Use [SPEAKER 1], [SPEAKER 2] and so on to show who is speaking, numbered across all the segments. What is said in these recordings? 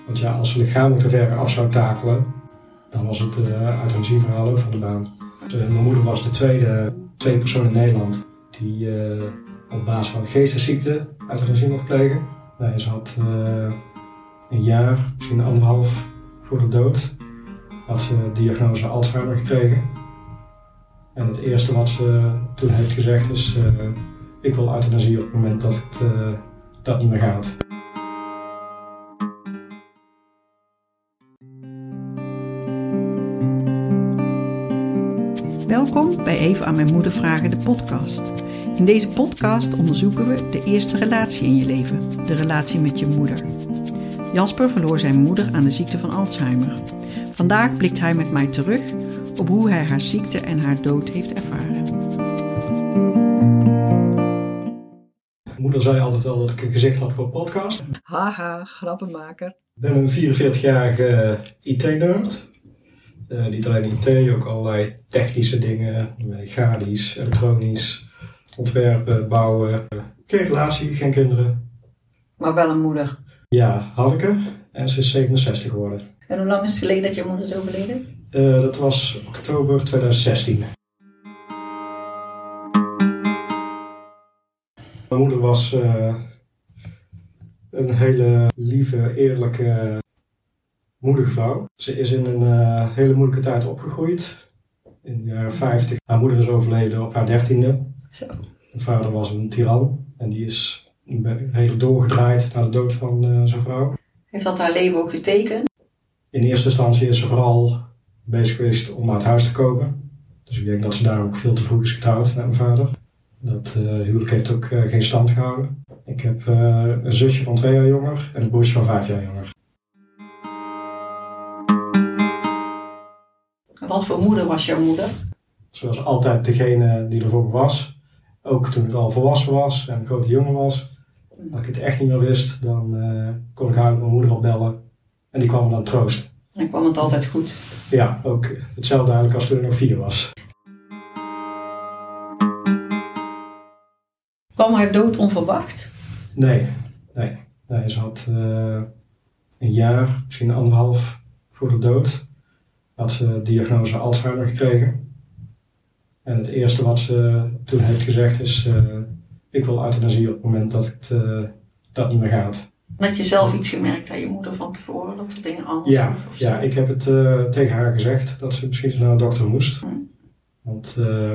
[SPEAKER 1] Want ja, als ze lichamelijk te ver af zou takelen, dan was het euthanasieverhaal ook van de baan. Mijn moeder was de tweede persoon in Nederland die op basis van geestesziekte euthanasie mocht plegen. Ze had een jaar, misschien 1,5 voor de dood, had ze de diagnose Alzheimer gekregen. En het eerste wat ze toen heeft gezegd is, ik wil euthanasie op het moment dat dat niet meer gaat.
[SPEAKER 2] Welkom bij Even aan mijn moeder vragen, de podcast. In deze podcast onderzoeken we de eerste relatie in je leven, de relatie met je moeder. Jasper verloor zijn moeder aan de ziekte van Alzheimer. Vandaag blikt hij met mij terug op hoe hij haar ziekte en haar dood heeft ervaren.
[SPEAKER 1] Mijn moeder zei altijd wel dat ik een gezicht had voor een podcast.
[SPEAKER 2] Haha, grappenmaker.
[SPEAKER 1] Ik ben een 44-jarige IT-nerd. Niet alleen IT, ook allerlei technische dingen, mechanisch, elektronisch, ontwerpen, bouwen. Geen relatie, geen kinderen.
[SPEAKER 2] Maar wel een moeder.
[SPEAKER 1] Ja, Hanneke. En ze is 67 geworden.
[SPEAKER 2] En hoe lang is het geleden dat je moeder is overleden?
[SPEAKER 1] Dat was oktober 2016. Mijn moeder was een hele lieve, eerlijke, moedige vrouw. Ze is in een hele moeilijke tijd opgegroeid. In de jaren 50. Haar moeder is overleden op haar 13e.
[SPEAKER 2] Zo.
[SPEAKER 1] Mijn vader was een tiran en die is redelijk doorgedraaid na de dood van zijn vrouw.
[SPEAKER 2] Heeft dat haar leven ook getekend?
[SPEAKER 1] In eerste instantie is ze vooral bezig geweest om uit huis te komen. Dus ik denk dat ze daar ook veel te vroeg is getrouwd met mijn vader. Dat huwelijk heeft ook geen stand gehouden. Ik heb een zusje van 2 jaar jonger en een broertje van 5 jaar jonger.
[SPEAKER 2] Wat voor moeder was jouw moeder?
[SPEAKER 1] Ze was altijd degene die er voor me was. Ook toen ik al volwassen was en een grote jongen was. Als ik het echt niet meer wist, dan kon ik haar mijn moeder al bellen. En die kwam me dan troosten.
[SPEAKER 2] En kwam het altijd goed?
[SPEAKER 1] Ja, ook hetzelfde eigenlijk als toen ik nog 4 was.
[SPEAKER 2] Kwam haar dood onverwacht?
[SPEAKER 1] Nee. Ze had een jaar, misschien 1,5 voor de dood, had ze de diagnose Alzheimer gekregen. En het eerste wat ze toen heeft gezegd is, ik wil euthanasie op het moment dat dat niet meer gaat.
[SPEAKER 2] Had je zelf iets gemerkt aan je moeder van tevoren, dat er dingen anders waren?
[SPEAKER 1] Ja, ik heb het tegen haar gezegd dat ze misschien naar een dokter moest. Want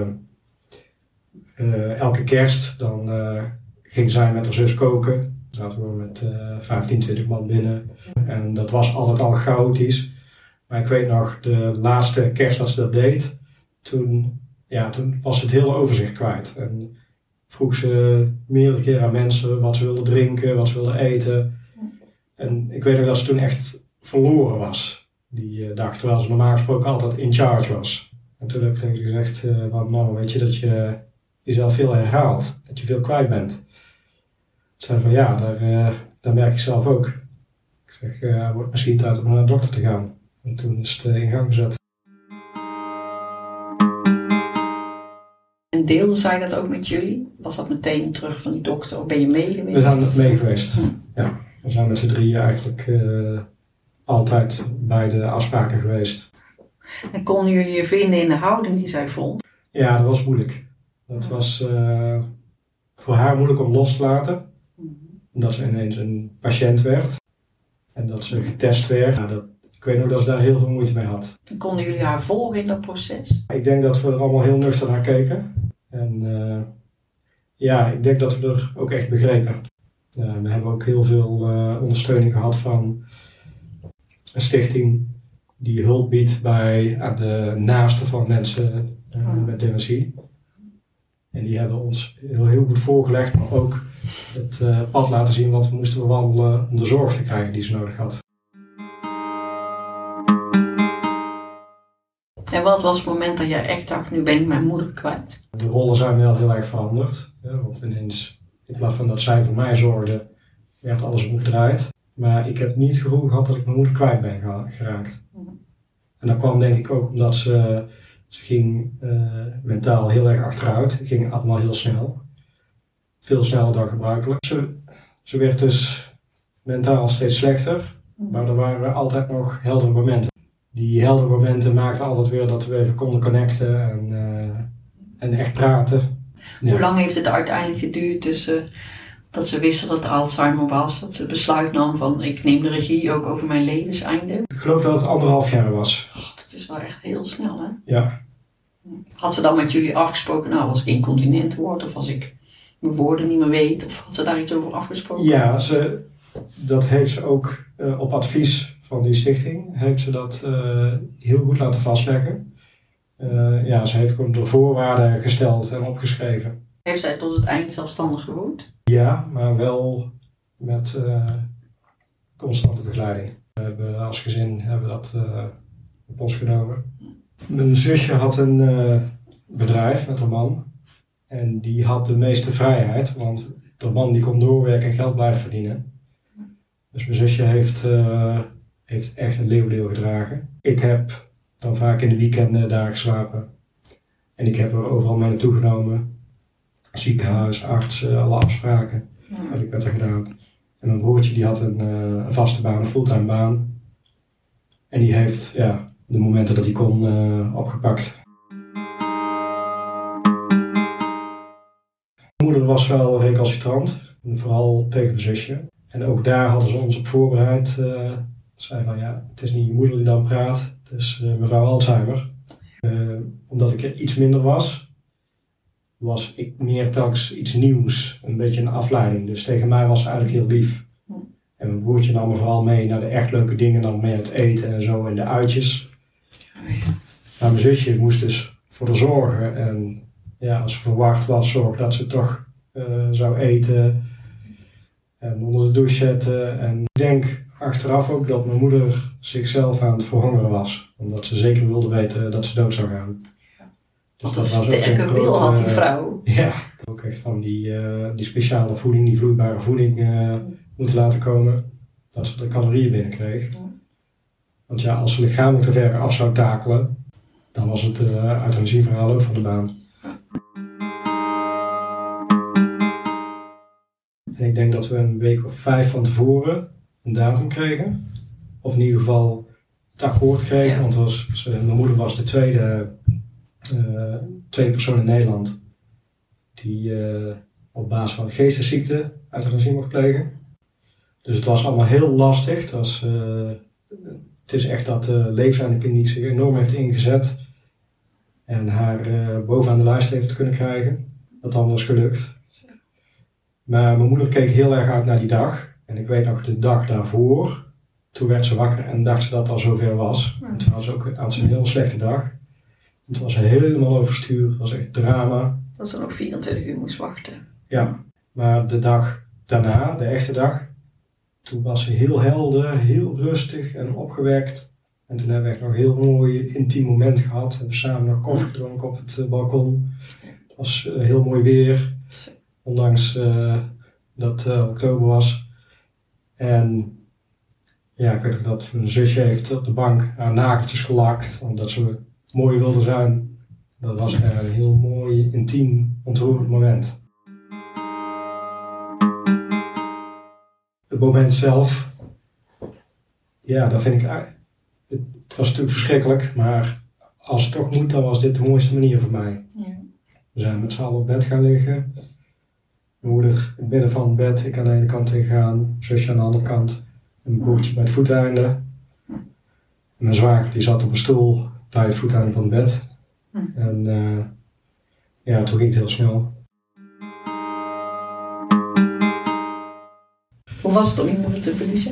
[SPEAKER 1] elke kerst dan ging zij met haar zus koken. Zaten we met 15, 20 man binnen. En dat was altijd al chaotisch. Maar ik weet nog, de laatste kerst dat ze dat deed, toen was ze het hele overzicht kwijt. En vroeg ze meerdere keren aan mensen wat ze wilden drinken, wat ze wilden eten. En ik weet nog dat ze toen echt verloren was die dag, terwijl ze normaal gesproken altijd in charge was. En toen heb ik tegen haar gezegd, mama, weet je dat je jezelf veel herhaalt, dat je veel kwijt bent. Ze zei van ja, daar merk ik zelf ook. Ik zeg, wordt misschien tijd om naar de dokter te gaan. En toen is het in gang gezet.
[SPEAKER 2] En deelde zij dat ook met jullie? Was dat meteen terug van die dokter? Of ben je mee geweest?
[SPEAKER 1] We zijn mee geweest. Ja, we zijn met z'n drieën eigenlijk altijd bij de afspraken geweest.
[SPEAKER 2] En konden jullie je vinden in de houding die zij vond?
[SPEAKER 1] Ja, dat was moeilijk. Dat was voor haar moeilijk om los te laten. Omdat ze ineens een patiënt werd. En dat ze getest werd. Ik weet nog dat ze daar heel veel moeite mee had.
[SPEAKER 2] En konden jullie haar volgen in dat proces?
[SPEAKER 1] Ik denk dat we er allemaal heel nuchter naar keken. En ik denk dat we er ook echt begrepen. We hebben ook heel veel ondersteuning gehad van een stichting die hulp biedt aan de naasten van mensen met dementie. En die hebben ons heel goed voorgelegd, maar ook het pad laten zien wat we moesten bewandelen om de zorg te krijgen die ze nodig had.
[SPEAKER 2] En wat was het moment dat jij echt dacht, nu ben ik mijn moeder kwijt?
[SPEAKER 1] De rollen zijn wel heel erg veranderd. Ja, want ineens, in plaats van dat zij voor mij zorgde, werd alles omgedraaid. Maar ik heb niet het gevoel gehad dat ik mijn moeder kwijt ben geraakt. En dat kwam denk ik ook omdat ze ging mentaal heel erg achteruit. Het ging allemaal heel snel. Veel sneller dan gebruikelijk. Ze werd dus mentaal steeds slechter. Maar er waren altijd nog heldere momenten. Die heldere momenten maakten altijd weer dat we even konden connecten en echt praten. Ja.
[SPEAKER 2] Hoe lang heeft het uiteindelijk geduurd tussen dat ze wisten dat er Alzheimer was, dat ze het besluit nam van ik neem de regie ook over mijn levenseinde?
[SPEAKER 1] Ik geloof dat het 1,5 jaar was.
[SPEAKER 2] Dat is wel echt heel snel, hè?
[SPEAKER 1] Ja.
[SPEAKER 2] Had ze dan met jullie afgesproken, nou als ik incontinent word of als ik mijn woorden niet meer weet, of had ze daar iets over afgesproken?
[SPEAKER 1] Ja, dat heeft ze ook op advies van die stichting, heeft ze dat heel goed laten vastleggen. Ze heeft gewoon de voorwaarden gesteld en opgeschreven.
[SPEAKER 2] Heeft zij tot het eind zelfstandig gewoond?
[SPEAKER 1] Ja, maar wel met constante begeleiding. We hebben als gezin dat op ons genomen. Mijn zusje had een bedrijf met haar man. En die had de meeste vrijheid, want de man die kon doorwerken en geld blijven verdienen. Dus mijn zusje heeft echt een leeuwdeel gedragen. Ik heb dan vaak in de weekenden daar geslapen. En ik heb er overal mee naartoe genomen. Ziekenhuis, arts, alle afspraken heb ik met haar gedaan. En mijn broertje die had een vaste baan, een fulltime baan. En die heeft de momenten dat hij kon opgepakt. Mijn moeder was wel recalcitrant, vooral tegen mijn zusje. En ook daar hadden ze ons op voorbereid. Zei van het is niet je moeder die dan praat, het is mevrouw Alzheimer. Omdat ik er iets minder was ik meer telkens iets nieuws, een beetje een afleiding. Dus tegen mij was ze eigenlijk heel lief. En mijn broertje nam me vooral mee naar de echt leuke dingen, dan mee uit eten en zo en de uitjes. Maar mijn zusje moest dus voor haar zorgen. En als ze verwacht was, zorg dat ze toch zou eten en onder de douche zetten. En ik denk achteraf ook dat mijn moeder zichzelf aan het verhongeren was. Omdat ze zeker wilde weten dat ze dood zou gaan. Dus
[SPEAKER 2] dat was sterke wil had die vrouw.
[SPEAKER 1] Ja, ook echt van die speciale voeding, die vloeibare voeding moeten laten komen. Dat ze de calorieën binnenkreeg. Want als ze lichamelijk te ver af zou takelen, dan was het euthanasieverhaal ook van de baan. En ik denk dat we een week of 5 van tevoren een datum kregen. Of in ieder geval het akkoord kregen. Want mijn moeder was de tweede persoon in Nederland die op basis van een geestesziekte euthanasie mocht plegen. Dus het was allemaal heel lastig. Het is echt dat de levenseindkliniek zich enorm heeft ingezet en haar bovenaan de lijst heeft kunnen krijgen. Dat allemaal is gelukt. Maar mijn moeder keek heel erg uit naar die dag. En ik weet nog de dag daarvoor, toen werd ze wakker en dacht ze dat het al zover was. En toen had ze een heel slechte dag. En toen was ze helemaal overstuur. Het was echt drama.
[SPEAKER 2] Dat ze nog 24 uur moest wachten.
[SPEAKER 1] Ja, maar de dag daarna, de echte dag, toen was ze heel helder, heel rustig en opgewekt. En toen hebben we echt nog een heel mooi intiem moment gehad. We hebben samen nog koffie gedronken op het balkon. Het was heel mooi weer, ondanks dat het oktober was. En ik weet nog dat mijn zusje heeft op de bank haar nageltjes gelakt, omdat ze mooi wilde zijn. Dat was een heel mooi, intiem, ontroerend moment. Het moment zelf, dat vind ik, het was natuurlijk verschrikkelijk, maar als het toch moet, dan was dit de mooiste manier voor mij. Ja. We zijn met z'n allen op bed gaan liggen. Mijn moeder in het midden van het bed, ik aan de ene kant tegenaan, zusje aan de andere kant. En mijn broertje bij het voeteinde. En mijn zwager die zat op een stoel bij het voeteinde van het bed. En toen ging het heel snel.
[SPEAKER 2] Hoe was het om je moeder te verliezen?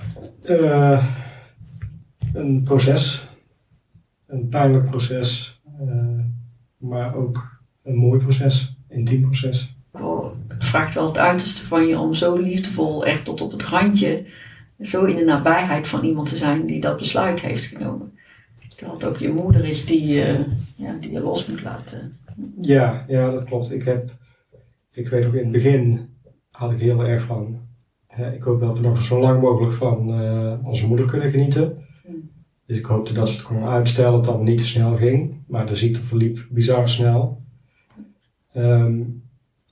[SPEAKER 1] Een proces. Een pijnlijk proces. Maar ook een mooi proces. Intiem proces.
[SPEAKER 2] Het vraagt wel het uiterste van je om zo liefdevol, echt tot op het randje, zo in de nabijheid van iemand te zijn die dat besluit heeft genomen. Terwijl het ook je moeder is die je los moet laten.
[SPEAKER 1] Ja, dat klopt. Ik weet ook in het begin had ik heel erg van, ik hoop dat we nog zo lang mogelijk van onze moeder kunnen genieten. Dus ik hoopte dat ze het kon uitstellen, dat het allemaal niet te snel ging. Maar de ziekte verliep bizar snel.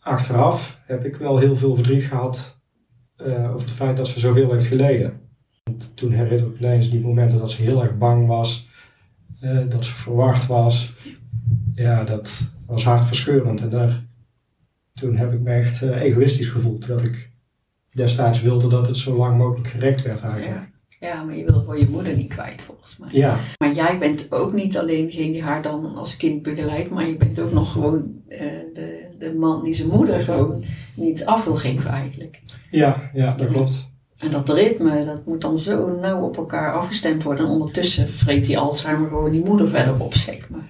[SPEAKER 1] Achteraf heb ik wel heel veel verdriet gehad over het feit dat ze zoveel heeft geleden. Want toen herinner ik me ineens die momenten dat ze heel erg bang was. Dat ze verward was. Ja, dat was hartverscheurend. En toen heb ik me echt egoïstisch gevoeld. Dat ik destijds wilde dat het zo lang mogelijk gerekt werd eigenlijk.
[SPEAKER 2] Ja, maar je wil voor je moeder niet kwijt volgens mij.
[SPEAKER 1] Ja.
[SPEAKER 2] Maar jij bent ook niet alleen degene die haar dan als kind begeleidt. Maar je bent ook nog gewoon de man die zijn moeder gewoon niet af wil geven eigenlijk.
[SPEAKER 1] Ja, dat klopt.
[SPEAKER 2] En dat ritme, dat moet dan zo nauw op elkaar afgestemd worden. En ondertussen vreet die Alzheimer gewoon die moeder verder op, zeg maar.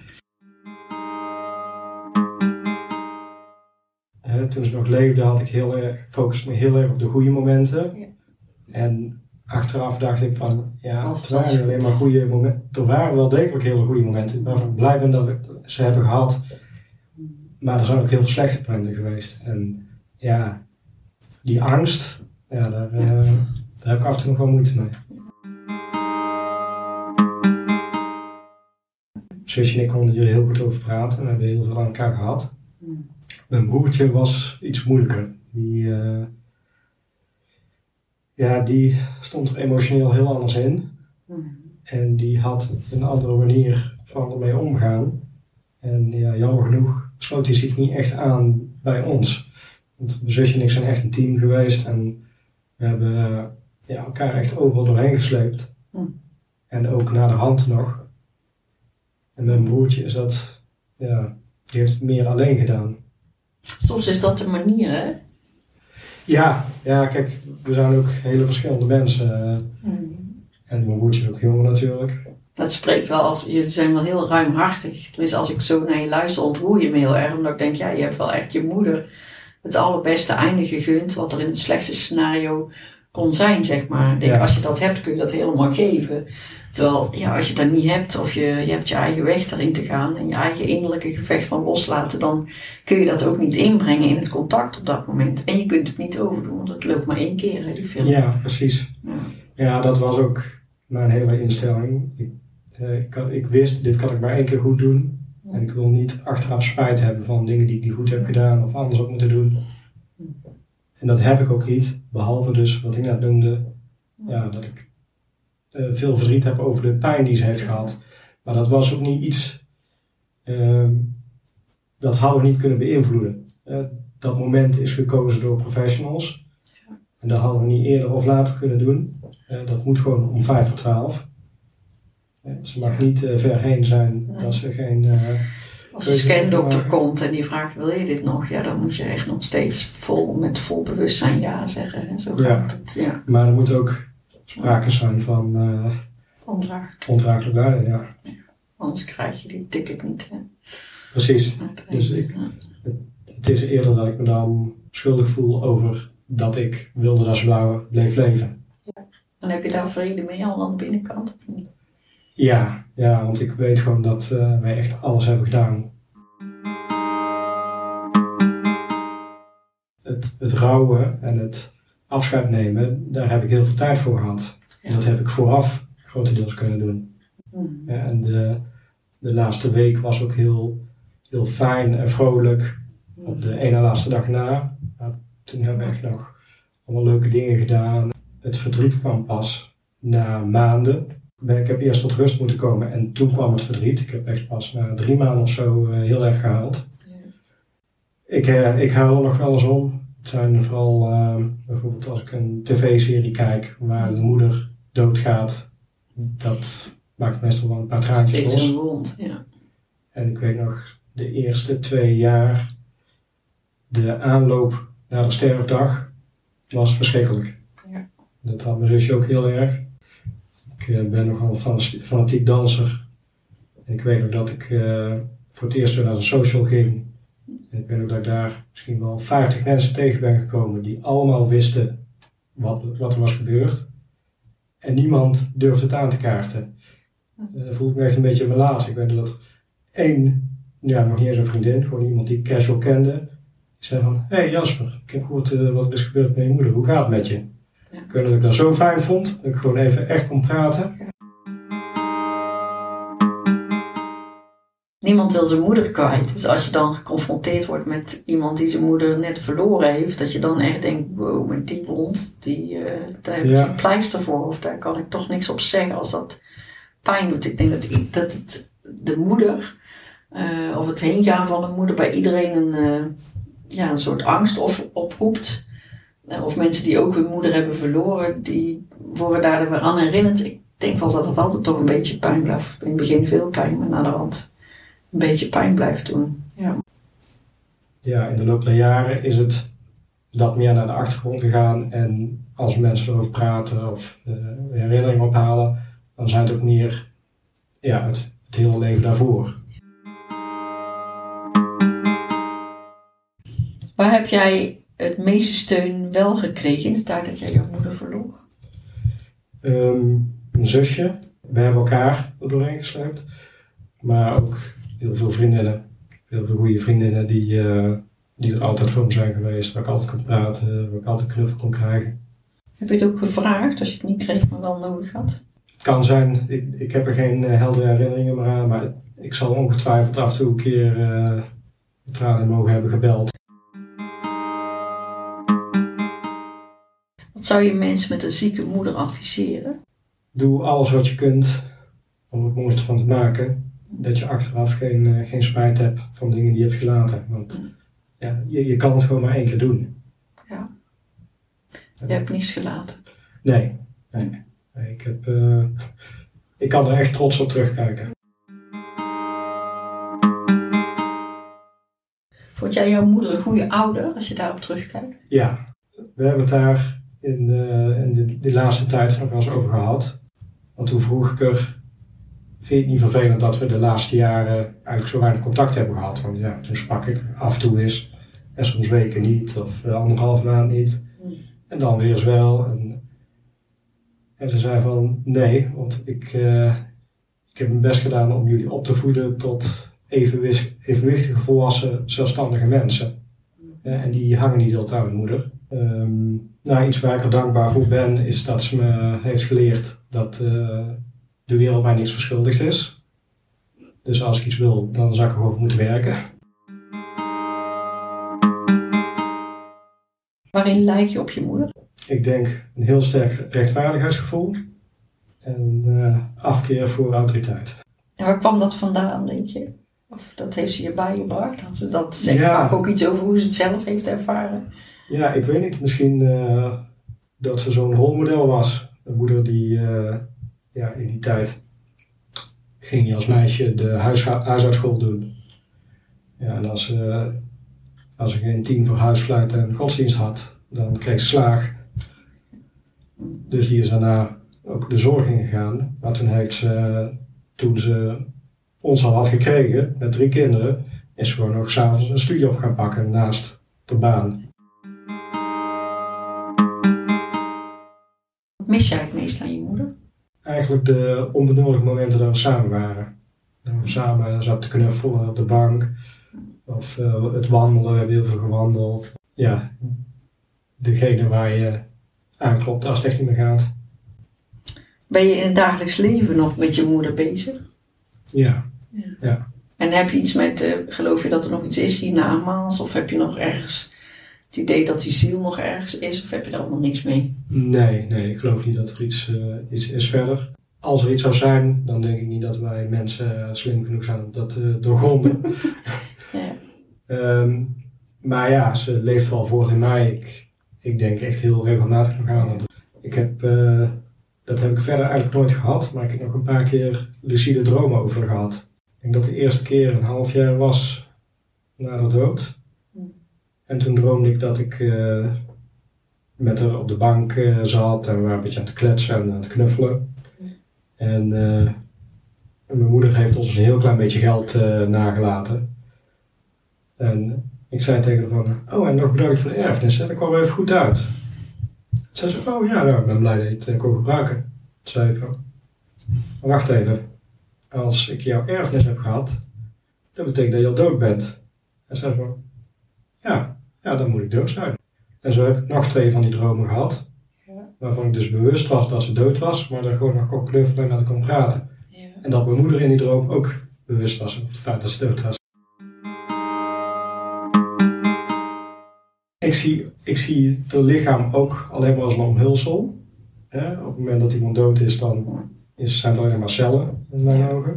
[SPEAKER 1] Toen ze nog leefde focuste me heel erg op de goede momenten. Ja. En achteraf dacht ik van, het waren alleen maar goede momenten. Er waren wel degelijk hele goede momenten waarvan ik blij ben dat ik ze hebben gehad. Maar er zijn ook heel veel slechte momenten geweest. En ja, die angst, daar heb ik af en toe nog wel moeite mee. Zusje en ik konden hier heel goed over praten en we hebben heel veel aan elkaar gehad. Mijn broertje was iets moeilijker. Die stond er emotioneel heel anders in. En die had een andere manier van ermee omgaan. En jammer genoeg sloot hij zich niet echt aan bij ons. Want mijn zusje en ik zijn echt een team geweest. En we hebben elkaar echt overal doorheen gesleept. En ook naar de hand nog. En mijn broertje is dat, die heeft het meer alleen gedaan.
[SPEAKER 2] Soms is dat de manier, hè?
[SPEAKER 1] Ja, kijk, we zijn ook hele verschillende mensen. En mijn broertje is ook jonger natuurlijk.
[SPEAKER 2] Dat spreekt wel jullie zijn wel heel ruimhartig. Tenminste, als ik zo naar je luister, ontroer je me heel erg. Omdat ik denk, je hebt wel echt je moeder het allerbeste einde gegund. Wat er in het slechtste scenario kon zijn, zeg maar. Ik denk, als je dat hebt, kun je dat helemaal geven. Terwijl, als je dat niet hebt, of je hebt je eigen weg erin te gaan en je eigen innerlijke gevecht van loslaten, dan kun je dat ook niet inbrengen in het contact op dat moment. En je kunt het niet overdoen, want het loopt maar 1 keer, hè, die film.
[SPEAKER 1] Ja, precies. Ja, dat was ook mijn hele instelling. Ik wist, dit kan ik maar 1 keer goed doen. En ik wil niet achteraf spijt hebben van dingen die ik niet goed heb gedaan of anders had moeten doen. En dat heb ik ook niet, behalve dus wat ik net noemde, dat ik veel verdriet heb over de pijn die ze heeft gehad. Maar dat was ook niet iets, dat hadden we niet kunnen beïnvloeden. Dat moment is gekozen door professionals. En dat hadden we niet eerder of later kunnen doen. Dat moet gewoon om 11:55. Ze mag niet ver heen zijn dat ze geen...
[SPEAKER 2] Als de scandokter komt en die vraagt, wil je dit nog? Ja, dan moet je echt nog steeds met vol bewustzijn ja zeggen. Hè? Zo gaat het. Ja.
[SPEAKER 1] Maar er moet ook sprake zijn van ondraaglijk lijden, ja.
[SPEAKER 2] Anders krijg je die ticket niet. Hè?
[SPEAKER 1] Precies. Dus het is eerder dat ik me dan schuldig voel over dat ik wilde dat ze blauw bleef leven.
[SPEAKER 2] Ja. Dan heb je daar vrede mee al aan de binnenkant?
[SPEAKER 1] Ja, want ik weet gewoon dat wij echt alles hebben gedaan. Het rouwen en het afscheid nemen, daar heb ik heel veel tijd voor gehad. Ja. En dat heb ik vooraf grotendeels kunnen doen. Ja, en de laatste week was ook heel, heel fijn en vrolijk. Op de ene laatste dag na. Toen hebben we echt nog allemaal leuke dingen gedaan. Het verdriet kwam pas na maanden. Ik heb eerst tot rust moeten komen en toen kwam het verdriet. Ik heb echt pas na 3 maanden of zo heel erg gehuild. Ja. Ik huil er nog wel eens om. Het zijn vooral bijvoorbeeld als ik een tv-serie kijk waar de moeder doodgaat. Dat maakt meestal wel een paar traantjes los.
[SPEAKER 2] Het is een wond, ja.
[SPEAKER 1] En ik weet nog de eerste 2 jaar, de aanloop naar de sterfdag was verschrikkelijk. Ja. Dat had mijn zusje ook heel erg. Ik ben nogal een fanatiek danser. En ik weet nog dat ik voor het eerst weer naar een social ging. En ik weet nog dat ik daar misschien wel 50 mensen tegen ben gekomen die allemaal wisten wat er was gebeurd. En niemand durfde het aan te kaarten. Dan voelde ik me echt een beetje melaats. Ik weet nog dat nog niet eens een vriendin, gewoon iemand die ik casual kende. Die zei van, hey Jasper, ik heb gehoord wat er is gebeurd met je moeder. Hoe gaat het met je? Ja. Ik weet dat ik dat zo fijn vond, dat ik gewoon even echt kon praten.
[SPEAKER 2] niemand wil zijn moeder kwijt. Dus als je dan geconfronteerd wordt met iemand die zijn moeder net verloren heeft, dat je dan echt denkt, wow, met die wond, daar heb je geen pleister voor. Of daar kan ik toch niks op zeggen als dat pijn doet. Ik denk dat het de moeder, of het heengaan van een moeder, bij iedereen een soort angst oproept. Of mensen die ook hun moeder hebben verloren, die worden daar weer aan herinnerd. Ik denk wel dat het altijd toch een beetje pijn blijft. In het begin veel pijn, maar na de hand een beetje pijn blijft doen.
[SPEAKER 1] Ja, in de loop der jaren is het dat meer naar de achtergrond gegaan. En als mensen erover praten of herinneringen ophalen, dan zijn het ook meer het hele leven daarvoor.
[SPEAKER 2] Waar heb jij het meeste steun wel gekregen in de tijd dat jij jouw moeder verloor?
[SPEAKER 1] Een zusje. We hebben elkaar er doorheen gesleept. Maar ook heel veel vriendinnen. Heel veel goede vriendinnen die er altijd voor me zijn geweest. Waar ik altijd kon praten. Waar ik altijd knuffel kon krijgen.
[SPEAKER 2] Heb je het ook gevraagd als je het niet kreeg, maar wel nodig had?
[SPEAKER 1] Het kan zijn. Ik heb er geen heldere herinneringen meer aan. Maar ik zal ongetwijfeld af en toe een keer tranen in mijn ogen hebben gebeld.
[SPEAKER 2] Wat zou je mensen met een zieke moeder adviseren?
[SPEAKER 1] Doe alles wat je kunt om er het mooiste van te maken. Dat je achteraf geen spijt hebt van dingen die je hebt gelaten. Want je kan het gewoon maar 1 keer doen.
[SPEAKER 2] Ja. Je hebt niets gelaten.
[SPEAKER 1] Nee. Ik kan er echt trots op terugkijken.
[SPEAKER 2] Vond jij jouw moeder een goede ouder als je daarop terugkijkt?
[SPEAKER 1] Ja, we hebben het daar in de laatste tijd nog wel eens over gehad. Want toen vroeg ik er, vind je het niet vervelend dat we de laatste jaren eigenlijk zo weinig contact hebben gehad? Want toen sprak ik af en toe eens en soms weken niet of 1,5 maand niet. En dan weer eens wel. En ze zei van nee, want ik heb mijn best gedaan om jullie op te voeden tot evenwichtige volwassen zelfstandige mensen. En die hangen niet altijd aan mijn moeder. Iets waar ik er dankbaar voor ben, is dat ze me heeft geleerd dat de wereld mij niks verschuldigd is. Dus als ik iets wil, dan zou ik er gewoon voor moeten werken.
[SPEAKER 2] Waarin lijk je op je moeder?
[SPEAKER 1] Ik denk een heel sterk rechtvaardigheidsgevoel en afkeer voor autoriteit.
[SPEAKER 2] En waar kwam dat vandaan, denk je? Of dat heeft ze je bijgebracht? Had ze dat zegt vaak ook iets over hoe ze het zelf heeft ervaren? Ja, ik weet niet. Misschien
[SPEAKER 1] dat ze zo'n rolmodel was. Een moeder die in die tijd ging je als meisje de huishoudschool doen. Ja, en als ze geen 10 voor huisfluit en godsdienst had, dan kreeg ze slaag. Dus die is daarna ook de zorg ingegaan. Maar toen ze ons al had gekregen, met 3 kinderen, is ze gewoon nog 's avonds een studie op gaan pakken naast de baan.
[SPEAKER 2] Wat mis jij het meest aan je moeder?
[SPEAKER 1] Eigenlijk de onbenodigde momenten dat we samen waren. Dat we samen zaten te knuffelen op de bank. Of het wandelen, we hebben heel veel gewandeld. Ja, degene waar je aanklopt als het echt niet meer gaat.
[SPEAKER 2] Ben je in het dagelijks leven nog met je moeder bezig?
[SPEAKER 1] Ja.
[SPEAKER 2] En heb je iets met, geloof je dat er nog iets is hiernamaals? Of heb je nog ergens het idee dat die ziel nog ergens is? Of heb je daar allemaal niks mee?
[SPEAKER 1] Nee, ik geloof niet dat er iets is verder. Als er iets zou zijn, dan denk ik niet dat wij mensen slim genoeg zijn om dat te doorgronden.
[SPEAKER 2] Ja.
[SPEAKER 1] Maar ja, ze leeft wel voort in mij. Ik denk echt heel regelmatig nog aan. Dat heb ik verder eigenlijk nooit gehad, maar ik heb nog een paar keer lucide dromen over haar gehad. Ik denk dat de eerste keer een half jaar was na de dood. En toen droomde ik dat ik met haar op de bank zat en we waren een beetje aan het kletsen en aan het knuffelen. En mijn moeder heeft ons een heel klein beetje geld nagelaten. En ik zei tegen haar van, en nog bedankt voor de erfenis, dat kwam even goed uit. Ze zei, ik ben blij dat je het kon gebruiken. Toen zei ik, maar wacht even, als ik jouw erfenis heb gehad, dat betekent dat je al dood bent. En zei ze dan moet ik dood zijn. En zo heb ik nog 2 van die dromen gehad, waarvan ik dus bewust was dat ze dood was, maar dat gewoon nog kon knuffelen en dat ik kon praten. Ja. En dat mijn moeder in die droom ook bewust was van het feit dat ze dood was. Ik zie het lichaam ook alleen maar als een omhulsel. Op het moment dat iemand dood is, dan zijn het alleen maar cellen in mijn ogen.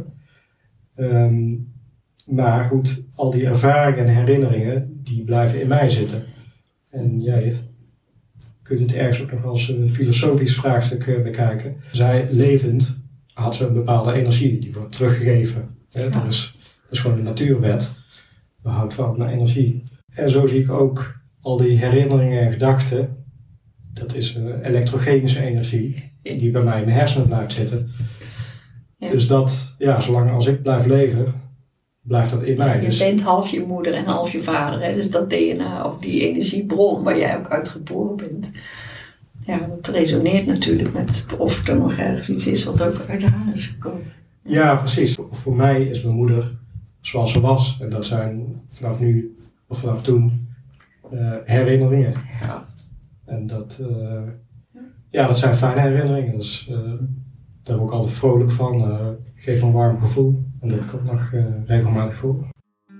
[SPEAKER 1] Maar goed, al die ervaringen en herinneringen, die blijven in mij zitten. En je kunt het ergens ook nog wel als een filosofisch vraagstuk bekijken. Zij levend had ze een bepaalde energie, die wordt teruggegeven. Dat is gewoon een natuurwet. Behoud van energie. En zo zie ik ook al die herinneringen en gedachten. Dat is elektrochemische energie die bij mij in mijn hersenen blijft zitten. Ja. Dus dat, zolang als ik blijf leven, blijft dat in mij.
[SPEAKER 2] Je bent half je moeder en half je vader. Hè? Dus dat DNA of die energiebron waar jij ook uit geboren bent. Ja, dat resoneert natuurlijk met of er nog ergens iets is wat ook uit haar is gekomen.
[SPEAKER 1] Ja, precies. Voor mij is mijn moeder zoals ze was. En dat zijn vanaf nu of vanaf toen herinneringen.
[SPEAKER 2] Ja.
[SPEAKER 1] En dat zijn fijne herinneringen. Dus, daar word ik altijd vrolijk van. Geeft een warm gevoel. En dat komt nog regelmatig voor.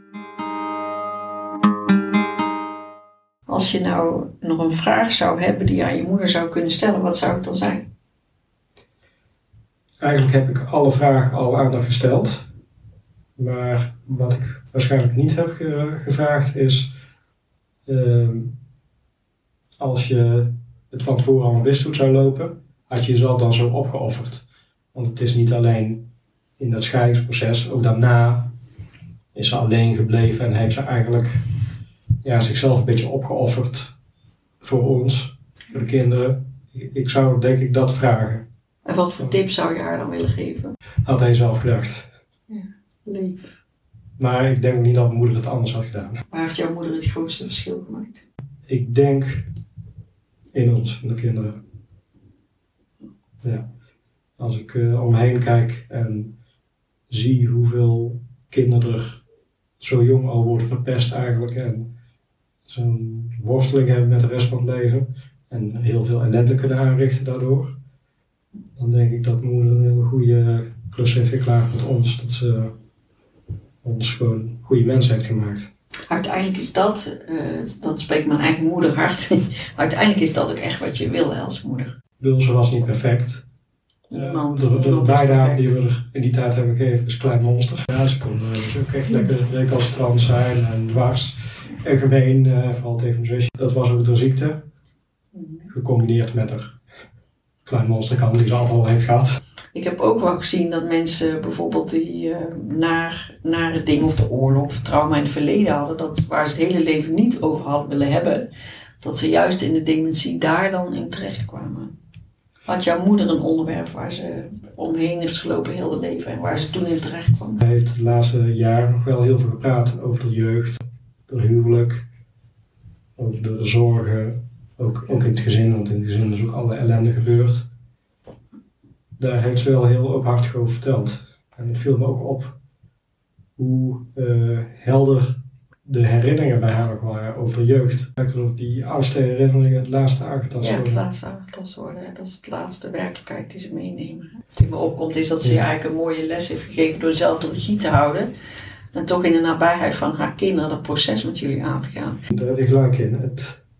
[SPEAKER 2] Als je nou nog een vraag zou hebben die je aan je moeder zou kunnen stellen, wat zou het dan zijn?
[SPEAKER 1] Eigenlijk heb ik alle vragen al aan haar gesteld. Maar wat ik waarschijnlijk niet heb gevraagd is... als je het van tevoren allemaal wist hoe het zou lopen, had je jezelf dan zo opgeofferd. Want het is niet alleen in dat scheidingsproces, ook daarna is ze alleen gebleven en heeft ze eigenlijk zichzelf een beetje opgeofferd voor ons, voor de kinderen. Ik zou denk ik dat vragen.
[SPEAKER 2] En wat voor tips zou je haar dan willen geven?
[SPEAKER 1] Had hij zelf gedacht.
[SPEAKER 2] Ja, lief.
[SPEAKER 1] Maar ik denk niet dat mijn moeder het anders had gedaan.
[SPEAKER 2] Waar heeft jouw moeder het grootste verschil gemaakt?
[SPEAKER 1] Ik denk in ons, in de kinderen. Ja. Als ik om me heen kijk en zie hoeveel kinderen er zo jong al worden verpest eigenlijk en zo'n worsteling hebben met de rest van het leven en heel veel ellende kunnen aanrichten daardoor, dan denk ik dat mijn moeder een hele goede klus heeft geklaard met ons. Dat ze ons gewoon goede mensen heeft gemaakt.
[SPEAKER 2] Uiteindelijk is dat spreekt mijn eigen moeder hard. Uiteindelijk is dat ook echt wat je wil als moeder.
[SPEAKER 1] Ze was niet perfect. De bijnaam die we er in die tijd hebben gegeven is Klein Monster. Ja, ze kon dus ook echt lekker recalcitrant zijn en dwars en gemeen, vooral tegen mijn zusje. Dat was ook de ziekte, gecombineerd met haar Klein Monsterkant die ze altijd al heeft gehad.
[SPEAKER 2] Ik heb ook wel gezien dat mensen bijvoorbeeld die nare dingen of de oorlog of trauma in het verleden hadden, waar ze het hele leven niet over hadden willen hebben, dat ze juist in de dementie daar dan in terecht kwamen. Had jouw moeder een onderwerp waar ze omheen heeft gelopen heel het leven en waar ze toen in terecht kwam?
[SPEAKER 1] Hij heeft de laatste jaren nog wel heel veel gepraat over de jeugd, de huwelijk, over de zorgen, ook in het gezin, want in het gezin is ook alle ellende gebeurd. Daar heeft ze wel heel openhartig over verteld. En het viel me ook op hoe helder de herinneringen bij haar nog waren over de jeugd. Of die oudste herinneringen het laatste aangetast worden.
[SPEAKER 2] Ja, het laatste aangetast worden. Dat is het laatste werkelijkheid die ze meenemen. Wat in me opkomt is dat ze je eigenlijk een mooie les heeft gegeven door zelf de regie te houden. En toch in de nabijheid van haar kinderen dat proces met jullie aan te gaan.
[SPEAKER 1] Daar heb ik gelijk in.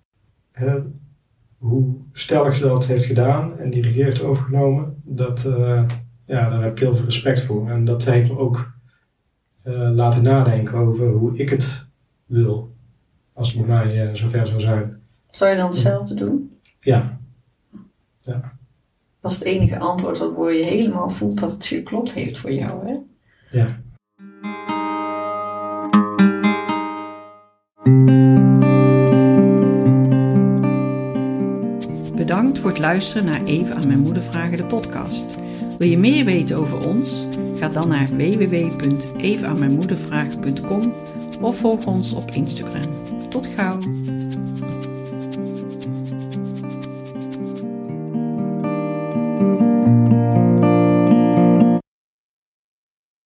[SPEAKER 1] Hoe stellig ze dat heeft gedaan en die regie heeft overgenomen, daar heb ik heel veel respect voor. En dat heeft me ook laten nadenken over hoe ik het wil, als het bij mij zover zou zijn.
[SPEAKER 2] Zou je dan hetzelfde doen?
[SPEAKER 1] Ja.
[SPEAKER 2] Dat is het enige antwoord waardoor je helemaal voelt dat het geklopt heeft voor jou, hè?
[SPEAKER 1] Ja.
[SPEAKER 2] Bedankt voor het luisteren naar Even aan mijn moeder vragen de podcast. Wil je meer weten over ons? Ga dan naar www.evenaanmijnmoedervragen.com of volg ons op Instagram. Tot gauw!